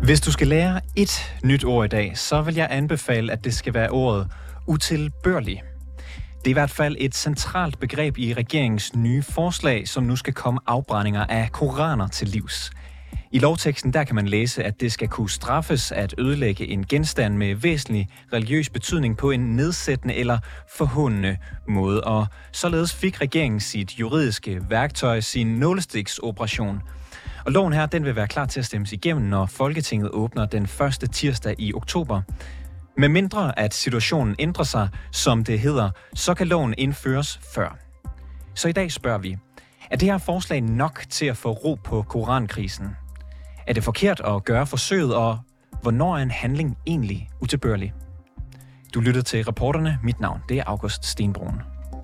Hvis du skal lære et nyt ord i dag, så vil jeg anbefale, at det skal være ordet utilbørlig. Det er i hvert fald et centralt begreb i regeringens nye forslag, som nu skal komme afbrændinger af koraner til livs. I lovteksten der kan man læse, at det skal kunne straffes at ødelægge en genstand med væsentlig religiøs betydning på en nedsættende eller forhåndende måde. Og således fik regeringen sit juridiske værktøj, sin nålestiksoperation. Og loven her, den vil være klar til at stemmes igennem, når Folketinget åbner den første tirsdag i oktober. Med mindre at situationen ændrer sig, som det hedder, så kan loven indføres før. Så i dag spørger vi, er det her forslag nok til at få ro på korankrisen? Er det forkert at gøre forsøget, og hvornår er en handling egentlig utilbørlig? Du lytter til Reporterne. Mit navn, det er August Stenbrun.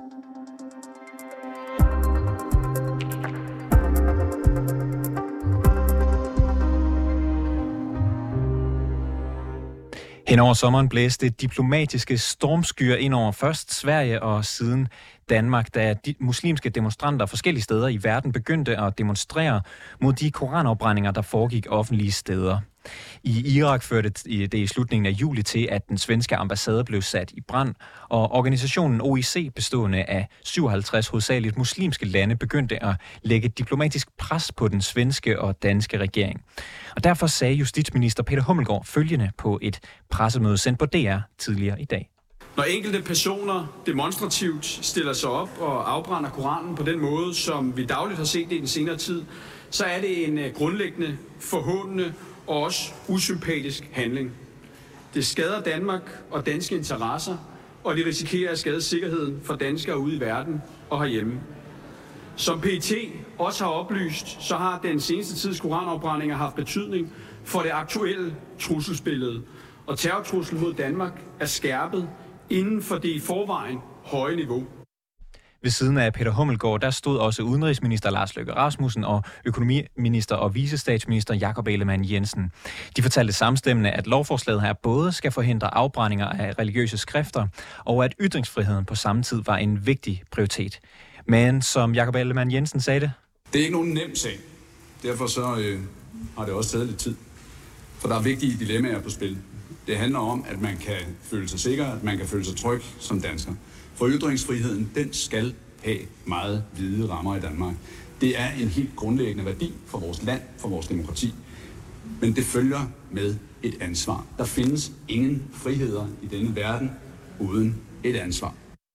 Hen over sommeren blæste diplomatiske stormskyer ind over først Sverige og siden Danmark, da de muslimske demonstranter forskellige steder i verden begyndte at demonstrere mod de koranafbrændinger, der foregik offentlige steder. I Irak førte det i slutningen af juli til, at den svenske ambassade blev sat i brand, og organisationen OIC, bestående af 57 hovedsageligt muslimske lande, begyndte at lægge diplomatisk pres på den svenske og danske regering. Og derfor sagde justitsminister Peter Hummelgaard følgende på et pressemøde sendt på DR tidligere i dag. Når enkelte personer demonstrativt stiller sig op og afbrænder Koranen på den måde, som vi dagligt har set det i den senere tid, så er det en grundlæggende, forhåndende og også usympatisk handling. Det skader Danmark og danske interesser, og det risikerer at skade sikkerheden for danskere ude i verden og herhjemme. Som PET også har oplyst, så har den seneste tids koranafbrændinger haft betydning for det aktuelle trusselsbillede, og terrortruslen mod Danmark er skærpet inden for det i forvejen høje niveau. Ved siden af Peter Hummelgaard, der stod også udenrigsminister Lars Løkke Rasmussen og økonomiminister og vicestatsminister Jakob Ellemann-Jensen. De fortalte samstemmende, at lovforslaget her både skal forhindre afbrændinger af religiøse skrifter, og at ytringsfriheden på samme tid var en vigtig prioritet. Men som Jakob Ellemann-Jensen sagde det, det er ikke nogen nem sag. Derfor så har det også taget lidt tid. For der er vigtige dilemmaer på spil. Det handler om, at man kan føle sig sikker, at man kan føle sig tryg som dansker. For ytringsfriheden, den skal have meget vide rammer i Danmark. Det er en helt grundlæggende værdi for vores land, for vores demokrati. Men det følger med et ansvar. Der findes ingen friheder i denne verden uden et ansvar.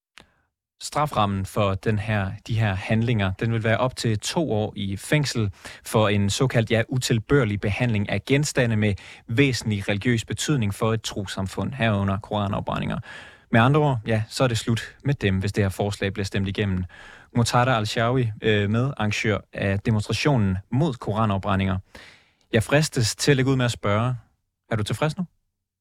Straframmen for de her handlinger, den vil være op til 2 år i fængsel for en såkaldt utilbørlig behandling af genstande med væsentlig religiøs betydning for et trossamfund herunder koranafbrændinger. Med andre ord, så er det slut med dem, hvis det her forslag bliver stemt igennem. Muqtada Al-Shawi, medarrangør af demonstrationen mod koranafbrændinger. Jeg fristes til at lægge ud med at spørge, er du tilfreds nu?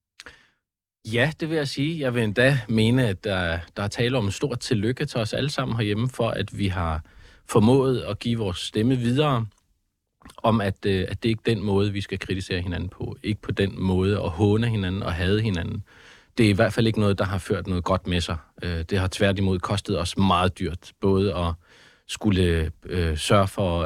Ja, det vil jeg sige. Jeg vil endda mene, at der er tale om en stort tillykke til os alle sammen herhjemme, for at vi har formået at give vores stemme videre, om at det ikke er den måde, vi skal kritisere hinanden på. Ikke på den måde at håne hinanden og hade hinanden. Det er i hvert fald ikke noget, der har ført noget godt med sig. Det har tværtimod kostet os meget dyrt, både at skulle sørge for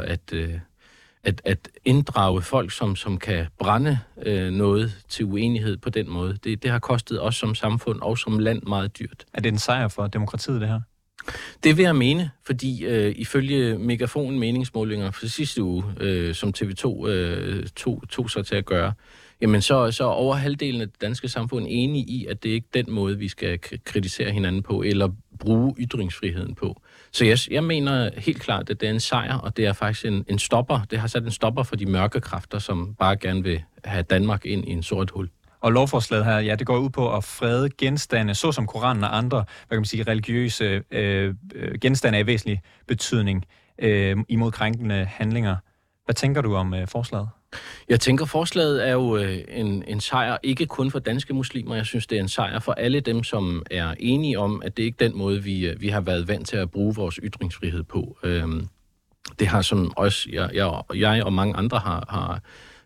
at inddrage folk, som kan brænde noget til uenighed på den måde. Det har kostet os som samfund og som land meget dyrt. Er det en sejr for demokratiet, det her? Det vil jeg mene, fordi ifølge Megafon meningsmålinger for sidste uge, som TV2 tog sig til at gøre, jamen så over halvdelen af det danske samfund enige i, at det ikke er den måde, vi skal kritisere hinanden på, eller bruge ytringsfriheden på. Så jeg mener helt klart, at det er en sejr, og det er faktisk en stopper. Det har sat en stopper for de mørke kræfter, som bare gerne vil have Danmark ind i en sort hul. Og lovforslaget her, det går ud på at frede genstande, såsom Koranen og andre, religiøse genstande af væsentlig betydning imod krænkende handlinger. Hvad tænker du om forslaget? Jeg tænker, forslaget er jo en sejr, ikke kun for danske muslimer. Jeg synes, det er en sejr for alle dem, som er enige om, at det ikke er den måde, vi har været vant til at bruge vores ytringsfrihed på. Det har som også jeg og mange andre har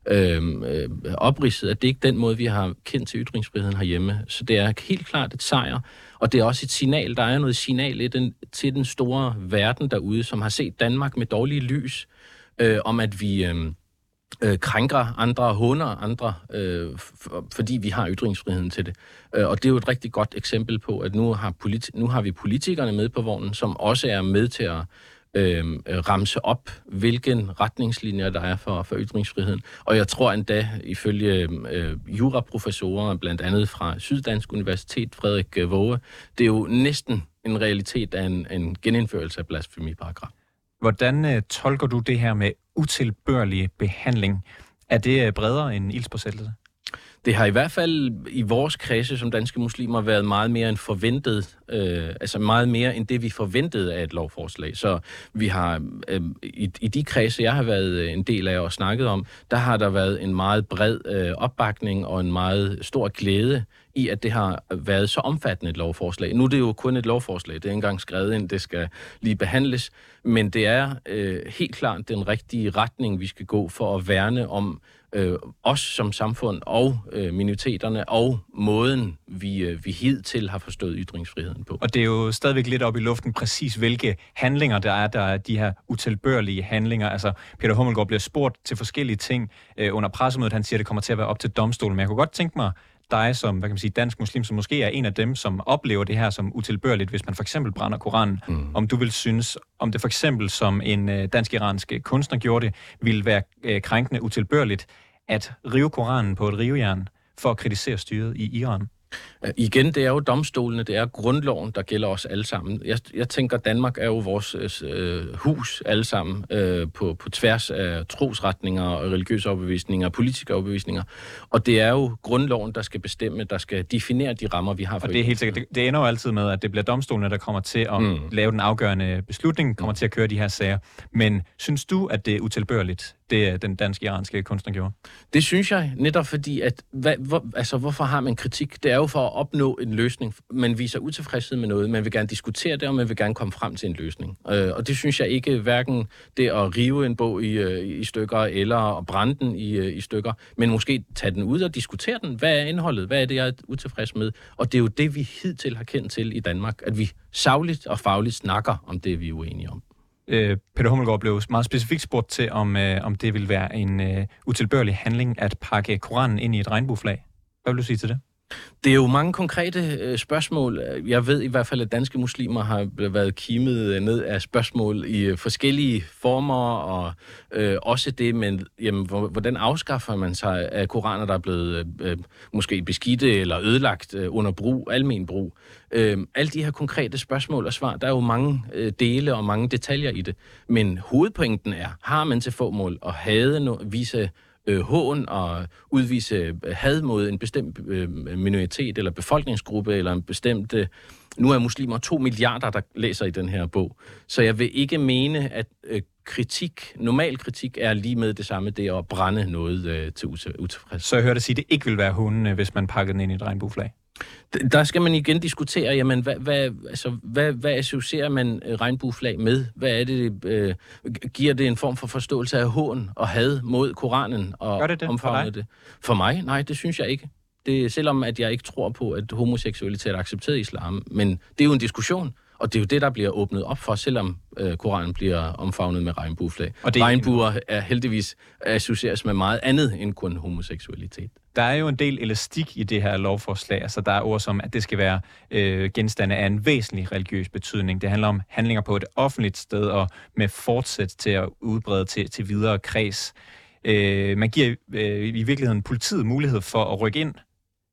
opridset, at det ikke er den måde, vi har kendt til ytringsfriheden herhjemme. Så det er helt klart et sejr, og det er også et signal. Der er noget signal til den store verden derude, som har set Danmark med dårlige lys, om at krænker andre, håner andre, fordi vi har ytringsfriheden til det. Og det er jo et rigtig godt eksempel på, at nu har vi politikerne med på vognen, som også er med til at ramse op, hvilken retningslinjer der er for ytringsfriheden. Og jeg tror endda, ifølge juraprofessorer, blandt andet fra Syddansk Universitet, Frederik Våge, det er jo næsten en realitet af en genindførelse af blasfemiparagraf. Hvordan tolker du det her med utilbørlig behandling? Er det bredere end ildspåsættelse? Det har i hvert fald i vores kredse som danske muslimer været meget mere end forventet, altså meget mere end det, vi forventede af et lovforslag. Så vi har i de kredse, jeg har været en del af og snakket om, der har der været en meget bred opbakning og en meget stor glæde i, at det har været så omfattende et lovforslag. Nu er det jo kun et lovforslag, det er ikke engang skrevet ind, det skal lige behandles, men det er helt klart den rigtige retning, vi skal gå for at værne om os som samfund og minoriteterne og måden, vi hidtil har forstået ytringsfriheden på. Og det er jo stadigvæk lidt op i luften præcis, hvilke handlinger der er de her utilbørlige handlinger. Altså, Peter Hummelgaard bliver spurgt til forskellige ting under pressemødet. Han siger, at det kommer til at være op til domstolen. Men jeg kunne godt tænke mig, dig som, hvad kan man sige, dansk muslim, som måske er en af dem, som oplever det her som utilbørligt, hvis man for eksempel brænder Koranen, om du vil synes, om det for eksempel, som en dansk-iransk kunstner gjorde det, ville være krænkende utilbørligt at rive Koranen på et rivejern for at kritisere styret i Iran? Igen, det er jo domstolene, det er grundloven, der gælder os alle sammen. Jeg tænker, Danmark er jo vores hus alle sammen på tværs af trosretninger og religiøse overbevisninger og politiske overbevisninger. Og det er jo grundloven, der skal bestemme, der skal definere de rammer, vi har for. Og det er helt sikkert. Det ender jo altid med, at det bliver domstolene, der kommer til at lave den afgørende beslutning, kommer til at køre de her sager. Men synes du, at det er utilbørligt, det den dansk-iranske kunstner gjorde? Det synes jeg, netop fordi, at hvorfor har man kritik? Det er jo for at opnå en løsning. Man viser utilfredshed med noget, man vil gerne diskutere det, og man vil gerne komme frem til en løsning. Og det synes jeg ikke, hverken det at rive en bog i stykker, eller at brænde den i stykker, men måske tage den ud og diskutere den. Hvad er indholdet? Hvad er det, jeg er utilfreds med? Og det er jo det, vi hidtil har kendt til i Danmark, at vi sagligt og fagligt snakker om det, vi er uenige om. Peter Hummelgaard blev meget specifikt spurgt til, om det vil være en utilbørlig handling at pakke Koranen ind i et regnbueflag. Hvad vil du sige til det? Det er jo mange konkrete spørgsmål. Jeg ved i hvert fald, at danske muslimer har været kimet ned af spørgsmål i forskellige former, og også det med, jamen, hvordan afskaffer man sig af koraner, der er blevet måske beskidte eller ødelagt under almen brug. Alle de her konkrete spørgsmål og svar, der er jo mange dele og mange detaljer i det. Men hovedpointen er, har man til formål at vise hån og udvise had mod en bestemt minoritet eller befolkningsgruppe eller en bestemt... Nu er muslimer 2 milliarder, der læser i den her bog. Så jeg vil ikke mene, at normal kritik er lige med det samme, det at brænde noget til utilfreds. Så jeg hørte dig sige, at det ikke vil være hånende, hvis man pakker den ind i et regnbueflag? Der skal man igen diskutere, jamen, hvad associerer man regnbueflag med? Hvad er det, giver det en form for forståelse af hån og had mod Koranen? Og gør det for dig? Det? For mig? Nej, det synes jeg ikke. Det er, selvom at jeg ikke tror på, at homoseksualitet er accepteret i islam, men det er jo en diskussion, og det er jo det, der bliver åbnet op for, selvom Koranen bliver omfavnet med regnbueflag. Og regnbuer er heldigvis associeres med meget andet end kun homoseksualitet. Der er jo en del elastik i det her lovforslag. Altså, der er ord som, at det skal være genstande af en væsentlig religiøs betydning. Det handler om handlinger på et offentligt sted og med fortsæt til at udbrede til videre kreds. Man giver i virkeligheden politiet mulighed for at rykke ind,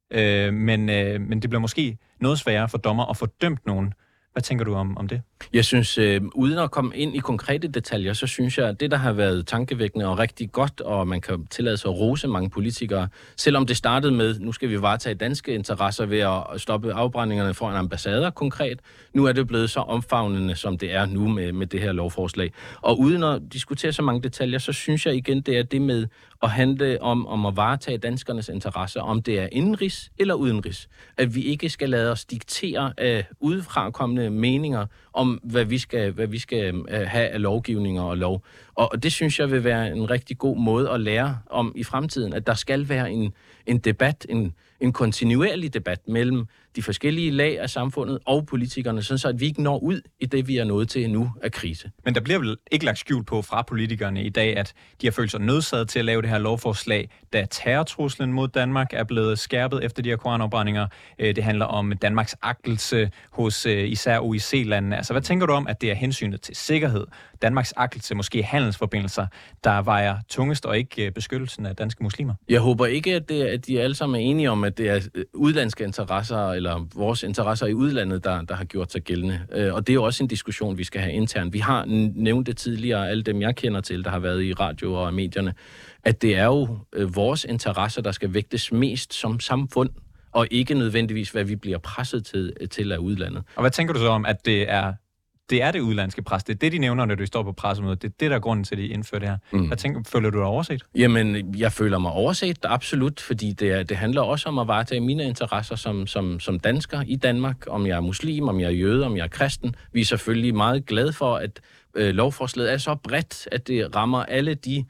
men det bliver måske noget sværere for dommer at få dømt nogen. Hvad tænker du om det? Jeg synes, uden at komme ind i konkrete detaljer, så synes jeg, at det, der har været tankevækkende og rigtig godt, og man kan tillade sig at rose mange politikere, selvom det startede med, nu skal vi varetage danske interesser ved at stoppe afbrændingerne foran ambassader konkret, nu er det blevet så omfavnende, som det er nu med det her lovforslag. Og uden at diskutere så mange detaljer, så synes jeg igen, det er det med at handle om at varetage danskernes interesser, om det er indenrigs eller udenrigs. At vi ikke skal lade os diktere af udefrakommende meninger om, hvad vi skal have af lovgivninger og lov. Og det synes jeg vil være en rigtig god måde at lære om i fremtiden, at der skal være en debat, en kontinuerlig debat mellem de forskellige lag af samfundet og politikerne, sådan så at vi ikke når ud i det, vi er nået til nu af krise. Men der bliver vel ikke lagt skjul på fra politikerne i dag, at de har følt sig nødsaget til at lave det her lovforslag, da terrortruslen mod Danmark er blevet skærpet efter de her koranafbrændinger. Det handler om Danmarks agtelse hos især OIC-landene. Altså, hvad tænker du om, at det er hensynet til sikkerhed, Danmarks agtelse, måske handelsforbindelser, der vejer tungest, og ikke beskyttelsen af danske muslimer? Jeg håber ikke, at de alle sammen er enige om, at det er udlandske interesser, eller vores interesser i udlandet, der har gjort sig gældende. Og det er jo også en diskussion, vi skal have internt. Vi har nævnt det tidligere, alle dem jeg kender til, der har været i radio og medierne, at det er jo vores interesser, der skal vægtes mest som samfund, og ikke nødvendigvis, hvad vi bliver presset til af udlandet. Og hvad tænker du så om, at det er det udlandske pres? Det er det, de nævner, når de står på pressemødet. Det er det, der er grunden til, at de indfører det her. Hvad føler du dig overset? Jamen, jeg føler mig overset, absolut, fordi det handler også om at varetage mine interesser som dansker i Danmark, om jeg er muslim, om jeg er jøde, om jeg er kristen. Vi er selvfølgelig meget glade for, at lovforslaget er så bredt, at det rammer alle de,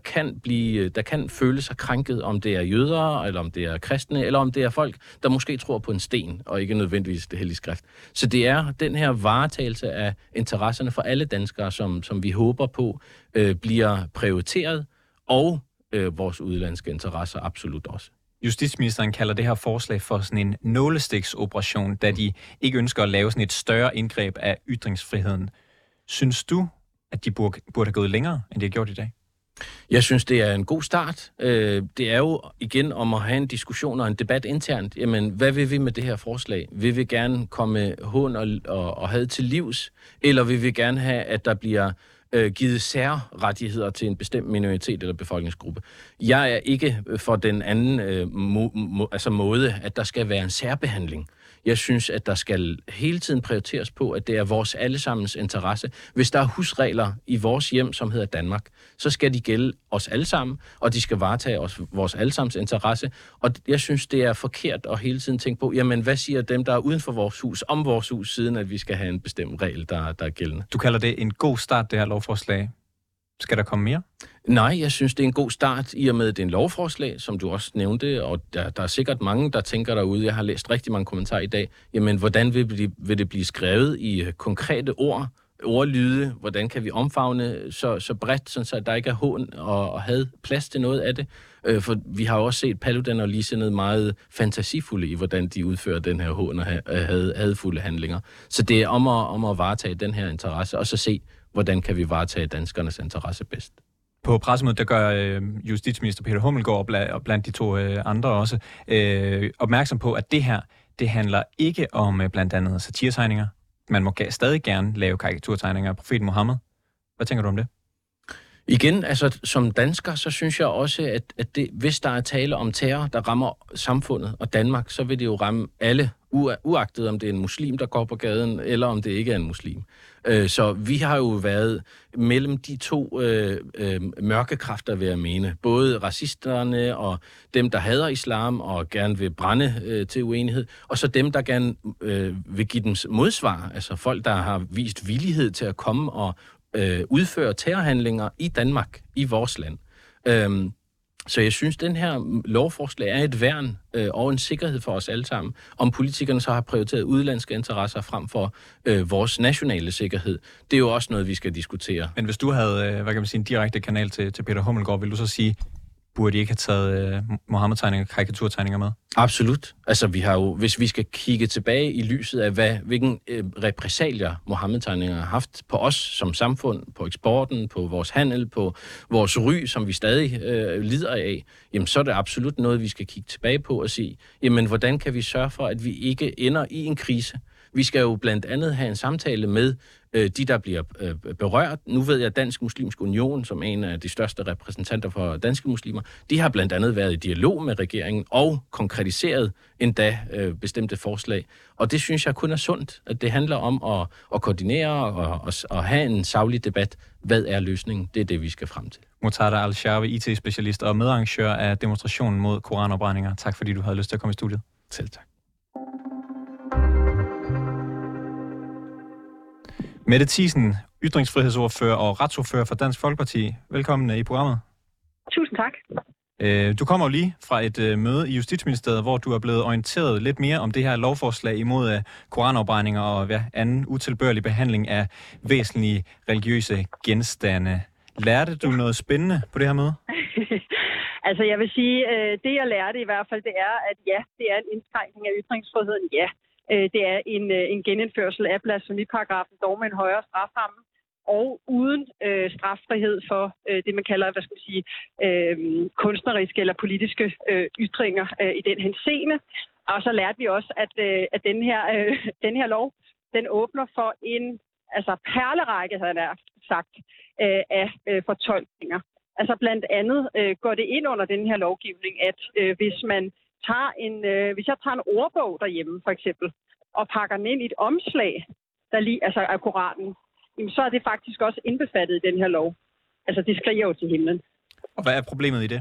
der kan føle sig krænket, om det er jøder, eller om det er kristne, eller om det er folk, der måske tror på en sten, og ikke nødvendigvis det hellige skrift. Så det er den her varetagelse af interesserne for alle danskere, som vi håber på bliver prioriteret, og vores udenlandske interesser absolut også. Justitsministeren kalder det her forslag for sådan en nålestiksoperation, da de ikke ønsker at lave sådan et større indgreb af ytringsfriheden. Synes du, at de burde have gået længere, end de har gjort i dag? Jeg synes, det er en god start. Det er jo igen om at have en diskussion og en debat internt. Jamen, hvad vil vi med det her forslag? Vil vi gerne komme hån og had til livs? Eller vil vi gerne have, at der bliver givet særrettigheder til en bestemt minoritet eller befolkningsgruppe? Jeg er ikke for den anden måde, at der skal være en særbehandling. Jeg synes, at der skal hele tiden prioriteres på, at det er vores allesammens interesse. Hvis der er husregler i vores hjem, som hedder Danmark, så skal de gælde os alle sammen, og de skal varetage vores allesammens interesse. Og jeg synes, det er forkert at hele tiden tænke på, jamen hvad siger dem, der er uden for vores hus, om vores hus, siden at vi skal have en bestemt regel, der er gældende. Du kalder det en god start, det her lovforslag. Skal der komme mere? Nej, jeg synes, det er en god start, i og med, at det er en lovforslag, som du også nævnte, og der er sikkert mange, der tænker derude, jeg har læst rigtig mange kommentarer i dag, jamen, hvordan vil det blive skrevet i konkrete ordlyde, hvordan kan vi omfavne så bredt, så der ikke er hån og had plads til noget af det. For vi har også set Paludan og ligesindede meget fantasifulde i, hvordan de udfører den her hån og hadfulde handlinger. Så det er om at varetage den her interesse, og så se, hvordan kan vi varetage danskernes interesse bedst. På pressemødet, der gør justitsminister Peter Hummelgaard og blandt de to andre også opmærksom på, at det her, det handler ikke om blandt andet satiretegninger. Man må stadig gerne lave karikaturtegninger af profeten Mohammed. Hvad tænker du om det? Igen, altså som dansker, så synes jeg også, at det, hvis der er tale om terror, der rammer samfundet og Danmark, så vil det jo ramme alle, uagtet om det er en muslim, der går på gaden, eller om det ikke er en muslim. Så vi har jo været mellem de to mørke kræfter, vil jeg mene. Både racisterne og dem, der hader islam og gerne vil brænde til uenighed, og så dem, der gerne vil give dem modsvar. Altså folk, der har vist villighed til at komme og udføre terrorhandlinger i Danmark, i vores land. Så jeg synes, den her lovforslag er et værn og en sikkerhed for os alle sammen. Om politikerne så har prioriteret udenlandske interesser frem for vores nationale sikkerhed, det er jo også noget, vi skal diskutere. Men hvis du havde, en direkte kanal til Peter Hummelgaard, vil du så sige, burde de ikke have taget Mohammed-tegninger og karikaturtegninger med? Absolut. Altså, vi har jo, hvis vi skal kigge tilbage i lyset af, hvilken repressalier Mohammed-tegninger har haft på os som samfund, på eksporten, på vores handel, på vores ry, som vi stadig lider af, jamen så er det absolut noget, vi skal kigge tilbage på og sige, jamen hvordan kan vi sørge for, at vi ikke ender i en krise? Vi skal jo blandt andet have en samtale med de, der bliver berørt. Nu ved jeg, at Dansk Muslimsk Union, som en af de største repræsentanter for danske muslimer, de har blandt andet været i dialog med regeringen og konkretiseret endda bestemte forslag. Og det synes jeg kun er sundt, at det handler om at koordinere og have en saglig debat. Hvad er løsningen? Det er det, vi skal frem til. Murtada Al-Sharwi, IT-specialist og medarrangør af demonstrationen mod koranafbrændinger. Tak fordi du havde lyst til at komme i studiet. Selv tak. Mette Thiesen, ytringsfrihedsordfører og retsordfører for Dansk Folkeparti. Velkommen i programmet. Tusind tak. Du kommer jo lige fra et møde i Justitsministeriet, hvor du er blevet orienteret lidt mere om det her lovforslag imod koranafbrændinger og anden utilbørlig behandling af væsentlige religiøse genstande. Lærte du noget spændende på det her møde? Altså jeg vil sige, det jeg lærte i hvert fald, det er, at ja, det er en indskrænkning af ytringsfriheden. Ja, det er en genindførsel af blasfemiparagrafen, dog med en højere straframme. Og uden straffrihed for det, man kalder, kunstneriske eller politiske ytringer i den henseende. Og så lærte vi også, at den her lov, den åbner for en perlerække, havde jeg sagt, af fortolkninger. Altså blandt andet går det ind under den her lovgivning, at hvis jeg tager en ordbog derhjemme, for eksempel, og pakker den ind i et omslag, af Koranen, så er det faktisk også indbefattet i den her lov. Altså, det skriger jo til himlen. Og hvad er problemet i det?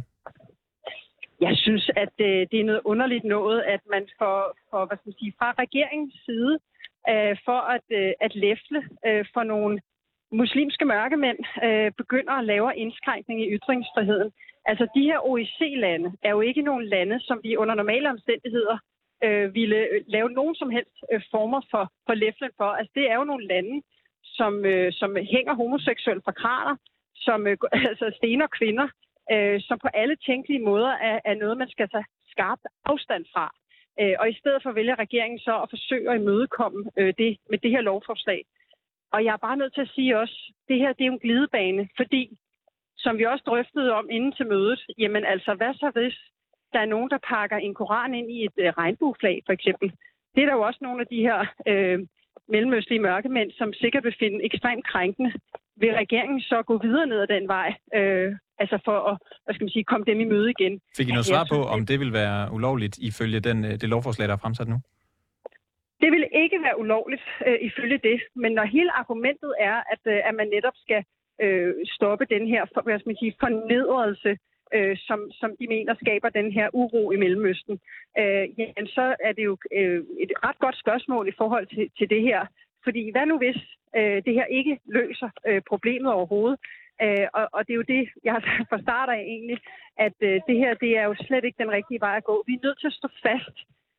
Jeg synes, at det er noget underligt noget, at man fra regeringens side, for at læfle for nogle muslimske mørkemænd, begynder at lave indskrænkning i ytringsfriheden. Altså, de her OIC-lande er jo ikke nogle lande, som vi under normale omstændigheder ville lave nogen som helst former for læflen for. Altså, det er jo nogle lande, som hænger homoseksuelle fra kraner, som stener kvinder, som på alle tænkelige måder er noget, man skal tage skarpt afstand fra. Og i stedet for vælger regeringen så at forsøge at imødekomme det med det her lovforslag. Og jeg er bare nødt til at sige også, det her det er jo en glidebane, fordi, som vi også drøftede om inden til mødet, jamen altså, hvad så hvis der er nogen, der pakker en koran ind i et regnbueflag, for eksempel? Det er der jo også nogle af de her mellemøstlige mørkemænd, som sikkert vil finde ekstremt krænkende. Vil regeringen så gå videre ned ad den vej, for at komme dem i møde igen? Fik I noget svar på, om det vil være ulovligt ifølge det lovforslag, der er fremsat nu? Det vil ikke være ulovligt ifølge det, men når hele argumentet er, at man netop skal stoppe den her fornedrelse, som de mener skaber den her uro i Mellemøsten, så er det jo et ret godt spørgsmål i forhold til det her. Fordi hvad nu hvis det her ikke løser problemet overhovedet? Og det er jo det, jeg har sagt fra start af egentlig, at det her det er jo slet ikke den rigtige vej at gå. Vi er nødt til at stå fast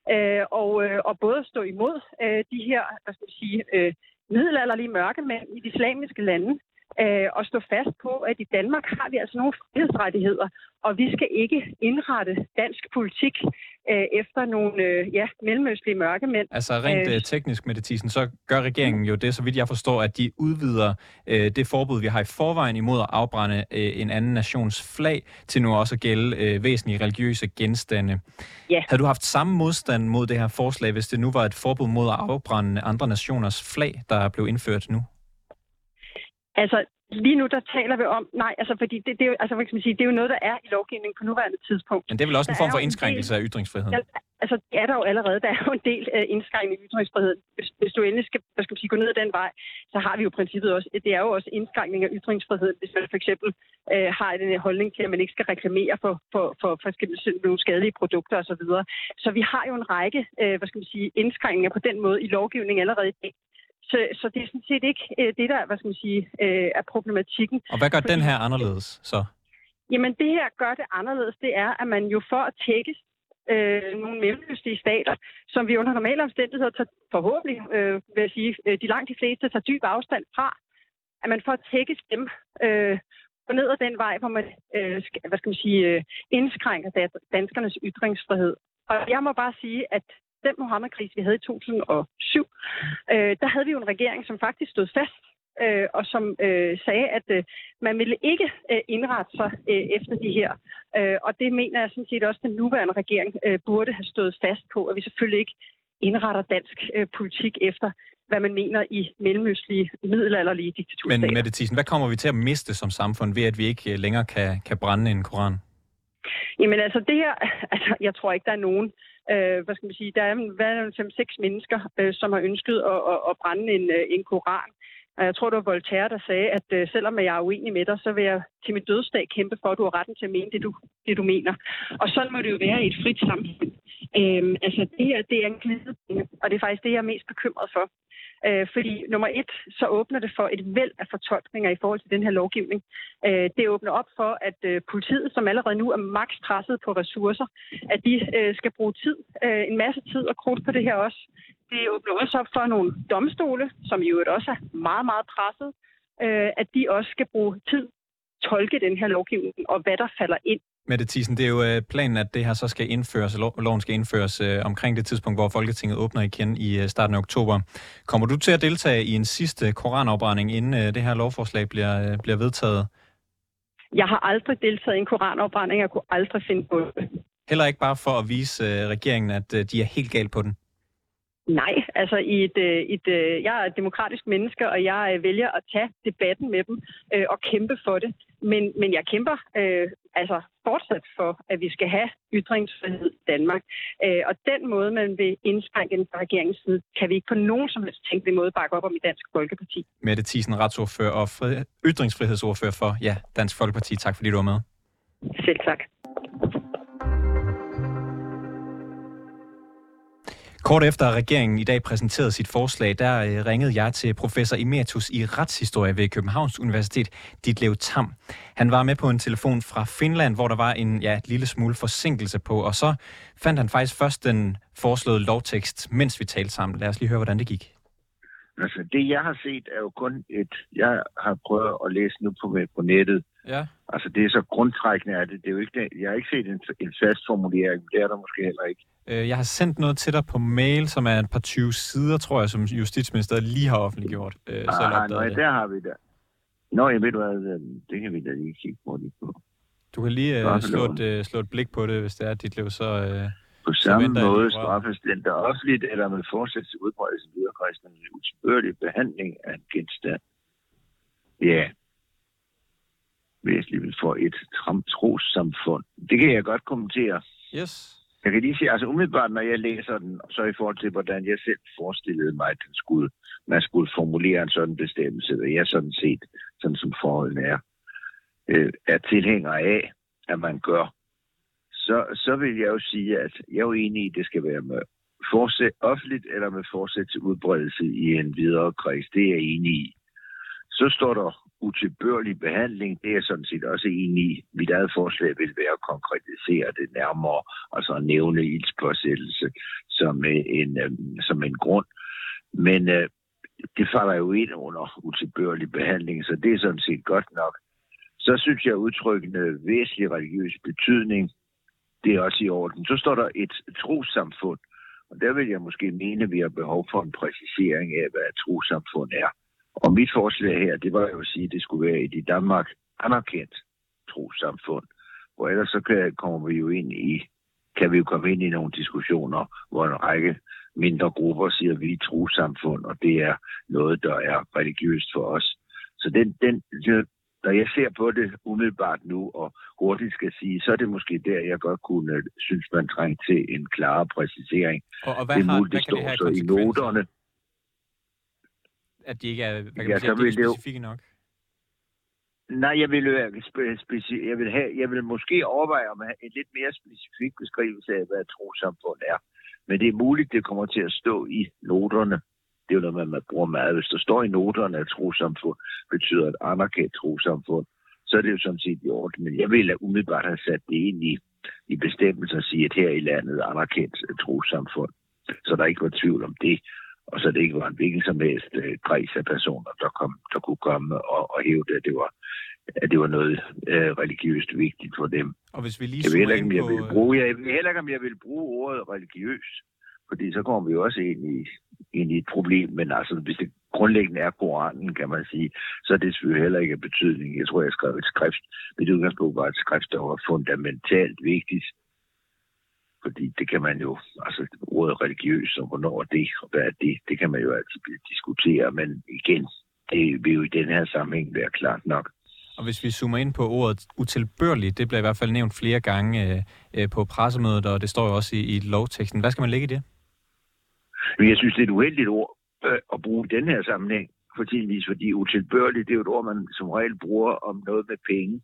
og både stå imod de her middelalderlige mørkemænd i de islamiske lande, og stå fast på, at i Danmark har vi altså nogle frihedsrettigheder, og vi skal ikke indrette dansk politik efter nogle mellemøstlige mørkemænd. Altså rent teknisk, Mette Thiesen, så gør regeringen jo det, så vidt jeg forstår, at de udvider det forbud, vi har i forvejen imod at afbrænde en anden nations flag, til nu også at gælde væsentlige religiøse genstande. Ja. Havde du haft samme modstand mod det her forslag, hvis det nu var et forbud mod at afbrænde andre nationers flag, der blev indført nu? Altså, lige nu der taler vi om, fordi det er jo noget, der er i lovgivningen på nuværende tidspunkt. Men det er vel også en form for indskrænkelse af ytringsfriheden? Altså, det er der jo allerede. Der er jo en del indskrænkning af ytringsfriheden. Hvis du endelig skal gå ned ad den vej, så har vi jo princippet også. Det er jo også indskrænkning af ytringsfriheden, hvis man for eksempel har en holdning til, at man ikke skal reklamere for nogle skadelige produkter osv. Så vi har jo en række indskrænkninger på den måde i lovgivningen allerede i dag. Så det er sådan set ikke det, der er problematikken. Og hvad gør den her anderledes så? Jamen det her gør det anderledes, det er, at man jo for at tækkes nogle mellemøstlige stater, som vi under normale omstændigheder tager forhåbentlig, vil jeg sige, langt de fleste tager dyb afstand fra, at man for at tækkes dem går ned ad den vej, hvor man indskrænker danskernes ytringsfrihed. Og jeg må bare sige, at den Muhammed-krise, vi havde i 2007, der havde vi jo en regering, som faktisk stod fast, og som sagde, at man ville ikke indrette sig efter de her. Og det mener jeg sådan set også, at den nuværende regering burde have stået fast på, at vi selvfølgelig ikke indretter dansk politik efter, hvad man mener i mellemøstlige, middelalderlige diktaturstater. Men Mette Thiesen, hvad kommer vi til at miste som samfund ved, at vi ikke længere kan brænde en koran? Jamen altså det her, jeg tror ikke, der er nogen, der er 5-6 mennesker, som har ønsket at brænde en koran. Og jeg tror, det var Voltaire, der sagde, at selvom jeg er uenig med dig, så vil jeg til mit dødsdag kæmpe for, at du har retten til at mene det, du mener. Og sådan må det jo være i et frit samfund. Det her, det er en glidebane, og det er faktisk det, jeg er mest bekymret for. Fordi nummer et, så åbner det for et væld af fortolkninger i forhold til den her lovgivning. Det åbner op for, at politiet, som allerede nu er maks presset på ressourcer, at de skal bruge tid, en masse tid og krudt på det her også. Det åbner også op for nogle domstole, som jo også er meget, meget presset, at de også skal bruge tid tolke den her lovgivning og hvad der falder ind. Mette Thiesen, det er jo planen, at det her så skal indføres, loven skal indføres omkring det tidspunkt, hvor Folketinget åbner igen i starten af oktober. Kommer du til at deltage i en sidste koranafbrænding, inden det her lovforslag bliver vedtaget? Jeg har aldrig deltaget i en koranafbrænding, jeg kunne aldrig finde på det. Heller ikke bare for at vise regeringen, at de er helt galt på den? Nej, altså jeg er et demokratisk menneske, og jeg vælger at tage debatten med dem og kæmpe for det. Men jeg kæmper fortsat for, at vi skal have ytringsfrihed i Danmark. Og den måde, man vil indskrænke den fra regeringens side, kan vi ikke på nogen som helst tænkelig måde bakke op om i Dansk Folkeparti. Mette Thiesen, retsordfører og ytringsfrihedsordfører for Dansk Folkeparti. Tak fordi du var med. Selv tak. Kort efter regeringen i dag præsenterede sit forslag, der ringede jeg til professor emeritus i retshistorie ved Københavns Universitet, Ditlev Tamm. Han var med på en telefon fra Finland, hvor der var en lille smule forsinkelse på, og så fandt han faktisk først den foreslåede lovtekst, mens vi talte sammen. Lad os lige høre, hvordan det gik. Altså, det jeg har set er jo kun jeg har prøvet at læse nu på nettet. Ja. Altså, det er så grundtrækkende af det. Det er jo ikke, jeg har ikke set en fast formulering, det er der måske heller ikke. Jeg har sendt noget til dig på mail, som er et par 20 sider, tror jeg, som Justitsministeriet lige har offentliggjort. Der har vi det. Nå, jeg ved hvad, det kan vi da lige kigge på. Du kan lige slå et blik på det, hvis det er dit liv, så... På samme måde straffes den, der offentligt eller med forsæt til udbredelse videre kristens utilbørlig behandling af en genstand. Ja. Væsentligt for et trossamfund. Det kan jeg godt kommentere. Yes. Jeg kan lige sige, altså umiddelbart, når jeg læser den, og så i forhold til, hvordan jeg selv forestillede mig, at man skulle formulere en sådan bestemmelse, hvad jeg sådan set, sådan som forholdene er tilhænger af, at man gør, så vil jeg jo sige, at jeg er jo enig i, at det skal være med forsæt offentligt eller med forsæt til udbredelse i en videre kreds. Det er jeg enig i. Så står der utilbørlig behandling. Det er sådan set også enig i. Mit eget forslag vil være at konkretisere det nærmere, altså at nævne ildspåsættelse som en grund. Men det falder jo ind under utilbørlig behandling, så det er sådan set godt nok. Så synes jeg udtrykkende væsentlig religiøs betydning. Det er også i orden. Så står der et trossamfund, og der vil jeg måske mene, at vi har behov for en præcisering af, hvad et trossamfund er. Og mit forslag her, det var jo at sige, at det skulle være et i Danmark anerkendt trossamfund. Og ellers så kan vi jo komme ind i nogle diskussioner, hvor en række mindre grupper siger, at vi er trossamfund, og det er noget, der er religiøst for os. Så når jeg ser på det umiddelbart nu, og hurtigt skal sige, så er det måske der, jeg godt kunne synes, man trænger til en klarere præcisering. Og hvad kan det have så i noterne. At de ikke er, specifikke nok? Nej, jeg vil måske overveje om at have en lidt mere specifik beskrivelse af, hvad et trossamfund er. Men det er muligt, det kommer til at stå i noterne. Det er jo noget, man bruger meget. Hvis der står i noterne, at trossamfund betyder et anerkendt trossamfund, så er det jo sådan set i orden. Men jeg ville umiddelbart have sat det ind i bestemmelser og sige, at her i landet er anerkendt trossamfund. Så der ikke var tvivl om det. Og så det ikke var en hvilken som helst kreds af personer, der kunne komme og hævde, at det var noget religiøst vigtigt for dem. Og hvis vi lige jeg ved heller ikke, om jeg vil bruge ordet religiøs, fordi så kommer vi jo også ind i et problem. Men altså, hvis det grundlæggende er Koranen, kan man sige, så er det selvfølgelig heller ikke af betydning. Jeg tror, jeg skrev et skrift. Mit udgangspunkt var et skrift, der var fundamentalt vigtigt. Fordi det kan man jo, altså ordet religiøs, og hvornår er det, og hvad er det, det kan man jo altid diskutere, men igen, det vil jo i den her sammenhæng være klart nok. Og hvis vi zoomer ind på ordet utilbørlig, det bliver i hvert fald nævnt flere gange på pressemødet, og det står jo også i lovteksten. Hvad skal man lægge i det? Jeg synes, det er et uheldigt ord at bruge i den her sammenhæng, fordi utilbørlig, det er jo et ord, man som regel bruger om noget med penge.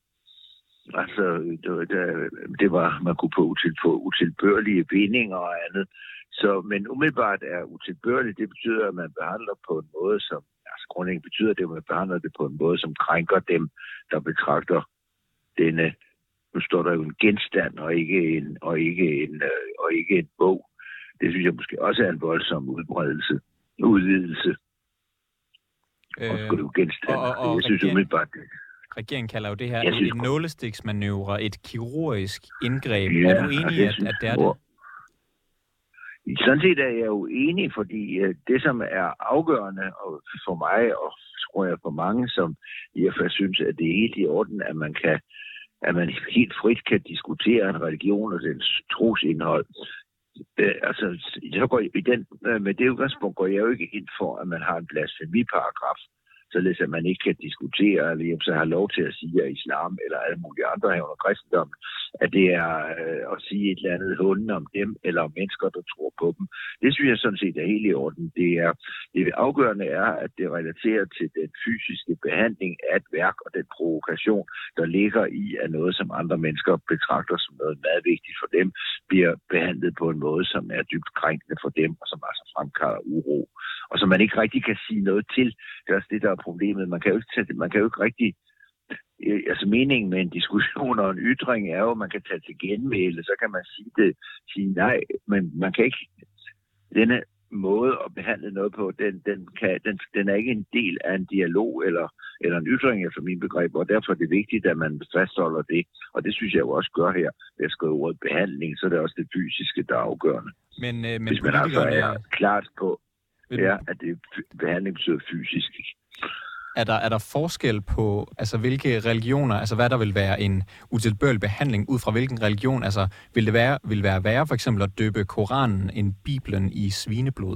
Altså, det var, man kunne få utilbørlige bindinger og andet. Men umiddelbart er utilbørligt, det betyder, at man behandler på en måde, som grundlæggende betyder det, at man behandler det på en måde, som krænker dem, der betragter denne, nu står der jo en genstand og ikke en bog. Det synes jeg måske også er en voldsom udvidelse. Og skrive genstander. Jeg synes umiddelbart det. Regeringen kalder jo det her et nålestiksmanøvre, et kirurgisk indgreb. Ja, er du enig i, at det er det? Sådan set er jeg jo enig, fordi det, som er afgørende for mig, og tror jeg for mange, som i hvert fald synes, at det er helt i orden, at man helt frit kan diskutere en religion og dens trosindhold. Med det udgangspunkt går jeg jo ikke ind for, at man har en blasfemiparagraf, således at man ikke kan diskutere, eller så har lov til at sige, at islam eller alle mulige andre herunder kristendom, at det er at sige et eller andet hunden om dem, eller om mennesker, der tror på dem. Det synes jeg sådan set er helt i orden. Det afgørende er, at det relaterer til den fysiske behandling af et værk og den provokation, der ligger i, at noget, som andre mennesker betragter som noget meget vigtigt for dem, bliver behandlet på en måde, som er dybt krænkende for dem, og som altså fremkalder uro. Og som man ikke rigtig kan sige noget til. Det er også det, der er problemet. Man kan jo ikke rigtig... Altså meningen med en diskussion og en ytring er jo, at man kan tage til genmæle, så kan man sige nej, men man kan ikke... Denne måde at behandle noget på, den er ikke en del af en dialog eller en ytring efter min begreb, og derfor er det vigtigt, at man fastholder det. Og det synes jeg jo også gør her, ved at skrive ordet behandling, så er det også det fysiske, der er afgørende. Men hvis man altså er klart på... Ja, at det behandling betyder fysisk. Er der forskel på, altså hvilke religioner, altså hvad der vil være en utilbørlig behandling ud fra hvilken religion? Altså vil det være værre for eksempel at døbe Koranen end Bibelen i svineblod?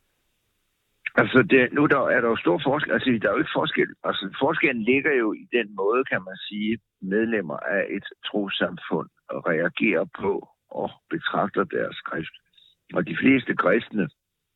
Altså er der jo stor forskel. Altså der er jo ikke forskel. Altså forskellen ligger jo i den måde, kan man sige, medlemmer af et trossamfund reagerer på og betragter deres skrift. Og de fleste kristne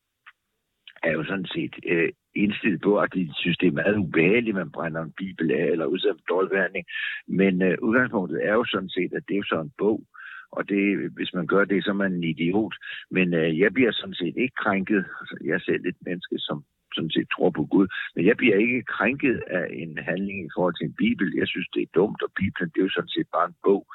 er jo sådan set indstillet på, at de synes, det er meget ubehageligt, man brænder en bibel af eller udsætter en dårlig behandling. Men udgangspunktet er jo sådan set, at det er jo sådan en bog, og det, hvis man gør det, så er man en idiot. Men jeg bliver sådan set ikke krænket. Altså, jeg er selv et menneske, som sådan set tror på Gud, men jeg bliver ikke krænket af en handling i forhold til en bibel. Jeg synes, det er dumt, og Bibelen, det er jo sådan set bare en bog.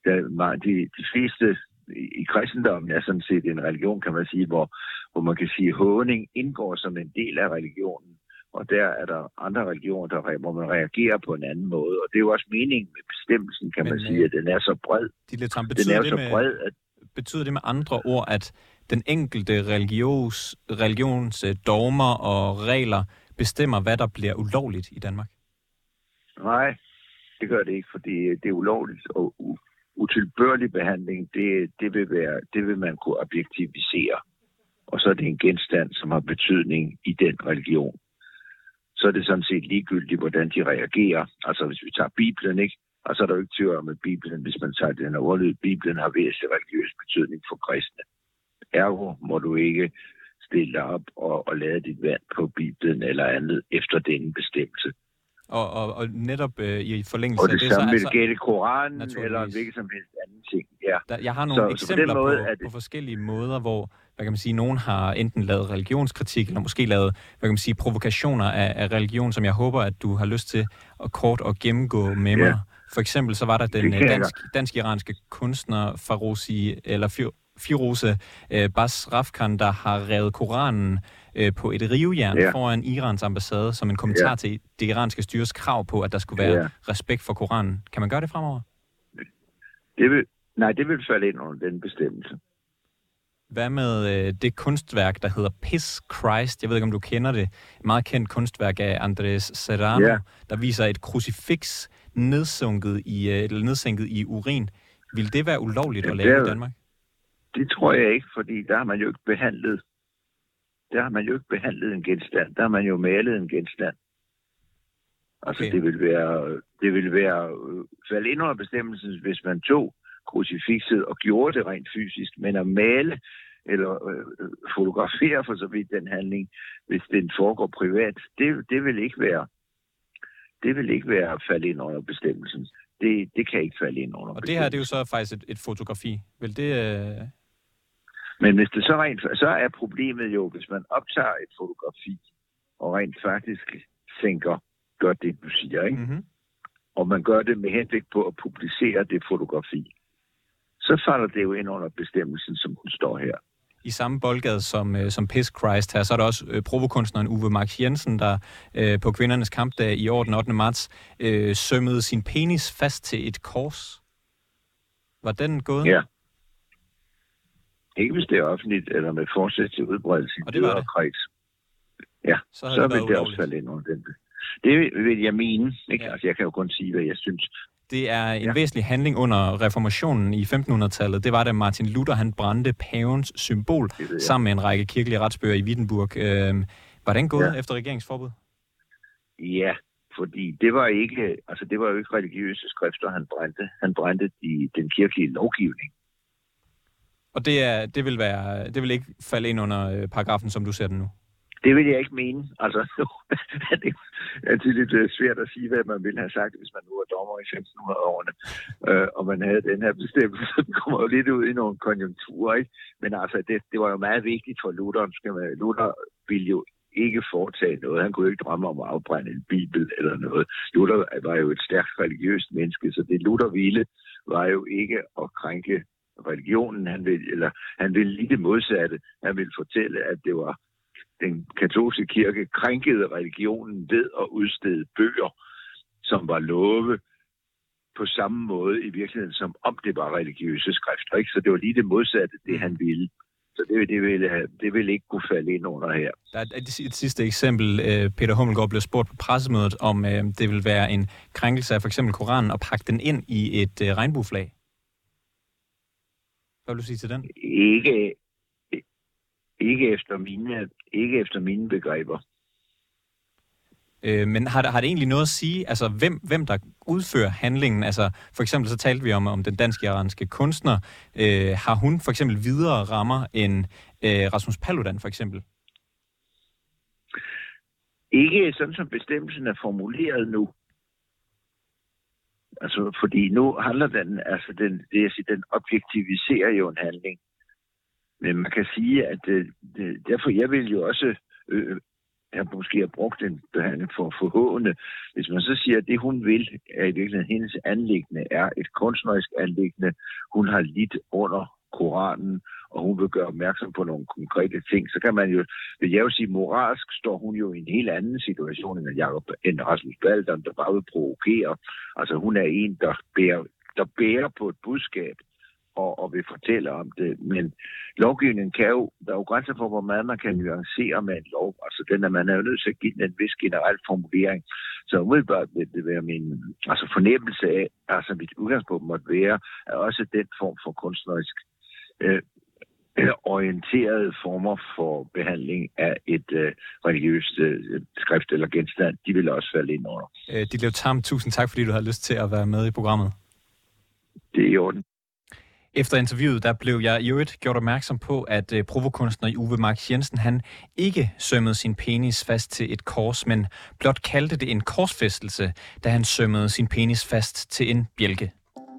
De fleste i kristendommen er sådan set en religion, kan man sige, hvor man kan sige, at håning indgår som en del af religionen. Og der er der andre religioner, hvor man reagerer på en anden måde. Og det er jo også meningen med bestemmelsen, kan man sige, at den er så bred. Betyder det med andre ord, at den enkelte religions dogmer og regler bestemmer, hvad der bliver ulovligt i Danmark? Nej, det gør det ikke, fordi det er ulovligt og utilbørlig behandling, det vil man kunne objektivisere. Og så er det en genstand, som har betydning i den religion. Så er det sådan set ligegyldigt, hvordan de reagerer. Altså hvis vi tager Bibelen, ikke? Og så er der jo ikke tvivl om, at Bibelen, hvis man tager den overlyd, Bibelen har væsentlig religiøs betydning for kristne. Ergo må du ikke stille dig op og lade dit vand på Bibelen eller andet efter denne bestemmelse. Og netop i forlængelse af det, så samme vil gælde Koranen eller hvilket som helst anden ting. Ja. Jeg har nogle eksempler på forskellige måder, hvor hvad kan man sige, nogen har enten lavet religionskritik, eller måske lavet hvad kan man sige, provokationer af religion, som jeg håber, at du har lyst til at kort og gennemgå med mig. For eksempel så var der den dansk-iranske kunstner Firoze Basrafkan, der har revet Koranen på et rivejern foran Irans ambassade som en kommentar til det iranske styres krav på, at der skulle være respekt for Koranen. Kan man gøre det fremover? Det vil falde ind under den bestemmelse. Hvad med det kunstværk, der hedder Piss Christ? Jeg ved ikke, om du kender det. Et meget kendt kunstværk af Andrés Serrano, der viser et krucifiks nedsænket i urin. Vil det være ulovligt at lave i Danmark? Det tror jeg ikke, fordi der har man jo ikke behandlet. Der har man jo ikke behandlet en genstand. Der har man jo malet en genstand. Altså det vil være falde ind under bestemmelsen, hvis man tog krucifixet og gjorde det rent fysisk, men at male eller fotografere for så vidt den handling, hvis den foregår privat, det vil ikke være at falde ind under bestemmelsen. Det kan ikke falde ind under bestemmelsen. Og det her, det er jo så faktisk et fotografi. Vil det... Men hvis det så er problemet jo, hvis man optager et fotografi, og rent faktisk gør det, du siger, ikke? Mm-hmm. Og man gør det med henblik på at publicere det fotografi, så falder det jo ind under bestemmelsen, som den står her. I samme boldgade som Piss Christ her, så er der også provokunstneren Uwe Max Jensen, der på kvindernes kampdag i år den 8. marts sømmede sin penis fast til et kors. Var den gået? Ja. Ikke hvis det er offentligt, eller med forsæt til udbredelse i videre kreds. Ja, så vil det også falde ind under den. Det vil jeg mene. Ikke? Ja. Altså, jeg kan jo kun sige, hvad jeg synes. Det er en væsentlig handling under reformationen i 1500-tallet. Det var, da Martin Luther han brændte pavens symbol sammen med en række kirkelige retsbøger i Wittenberg. Var den gået efter regeringsforbud? Ja, fordi det var jo ikke religiøse skrifter, han brændte. Han brændte den kirkelige lovgivning. Og det vil ikke falde ind under paragrafen, som du ser den nu? Det vil jeg ikke mene. Altså, det er lidt svært at sige, hvad man ville have sagt, hvis man nu var dommer i 1500-årene, og man havde den her bestemmelse. Den kommer jo lidt ud i nogle konjunkturer, ikke? Men altså, det var jo meget vigtigt for Luther. Luther ville jo ikke foretage noget. Han kunne jo ikke drømme om at afbrænde en bibel eller noget. Luther var jo et stærkt religiøst menneske, så det Luther ville, var jo ikke at krænke religionen. Han ville lige det modsatte. Han ville fortælle, at det var den katolske kirke krænkede religionen ved at udstede bøger, som var love på samme måde i virkeligheden, som om det var religiøse skrifter. Ikke? Så det var lige det modsatte, det han ville. Så det ville ikke kunne falde ind under her. Der er et sidste eksempel. Peter Hummelgaard blev spurgt på pressemødet, om det vil være en krænkelse af for eksempel Koranen og pakke den ind i et regnbueflag. Hvad vil du sige til den? Ikke efter mine begreber. Men har det egentlig noget at sige, altså hvem der udfører handlingen? Altså for eksempel så talte vi om den dansk-iranske kunstner. Har hun for eksempel videre rammer end Rasmus Paludan for eksempel? Ikke sådan som bestemmelsen er formuleret nu. Altså fordi nu handler den objektiviserer jo en handling. Men man kan sige, at derfor jeg vil jo også jeg måske have brugt en behandling for forhåndende. Hvis man så siger, at det hun vil, er i virkeligheden hendes anliggende, er et kunstnerisk anliggende. Hun har lidt under Koranen, og hun vil gøre opmærksom på nogle konkrete ting, så kan man jo, vil jeg jo sige, moralsk står hun jo i en helt anden situation end Rasmus Paludan, der bare vil provokere. Altså hun er en, der bærer på et budskab, og vil fortælle om det. Men lovgivningen der er jo grænser for, hvor meget man kan nuancere med en lov. Altså man er jo nødt til at give den en vis generel formulering. Så umiddelbart vil det være min fornemmelse af, altså mit udgangspunkt måtte være, at også den form for kunstnerisk orienterede former for behandling af et religiøst skrift eller genstand, de vil også falde ind under. Ditlev Tamm, tusind tak, fordi du havde lyst til at være med i programmet. Det er i orden. Efter interviewet, der blev jeg i øvrigt gjort opmærksom på, at provokunstner Uwe Max Jensen, han ikke sømmede sin penis fast til et kors, men blot kaldte det en korsfæstelse, da han sømmede sin penis fast til en bjælke.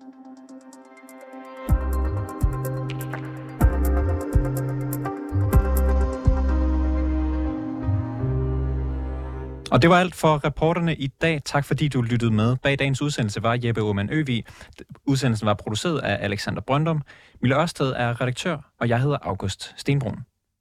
Og det var alt for reporterne i dag. Tak fordi du lyttede med. Bag dagens udsendelse var Jeppe Aumann Øvig. Udsendelsen var produceret af Alexander Brøndum. Mille Ørsted er redaktør, og jeg hedder August Stenbrun.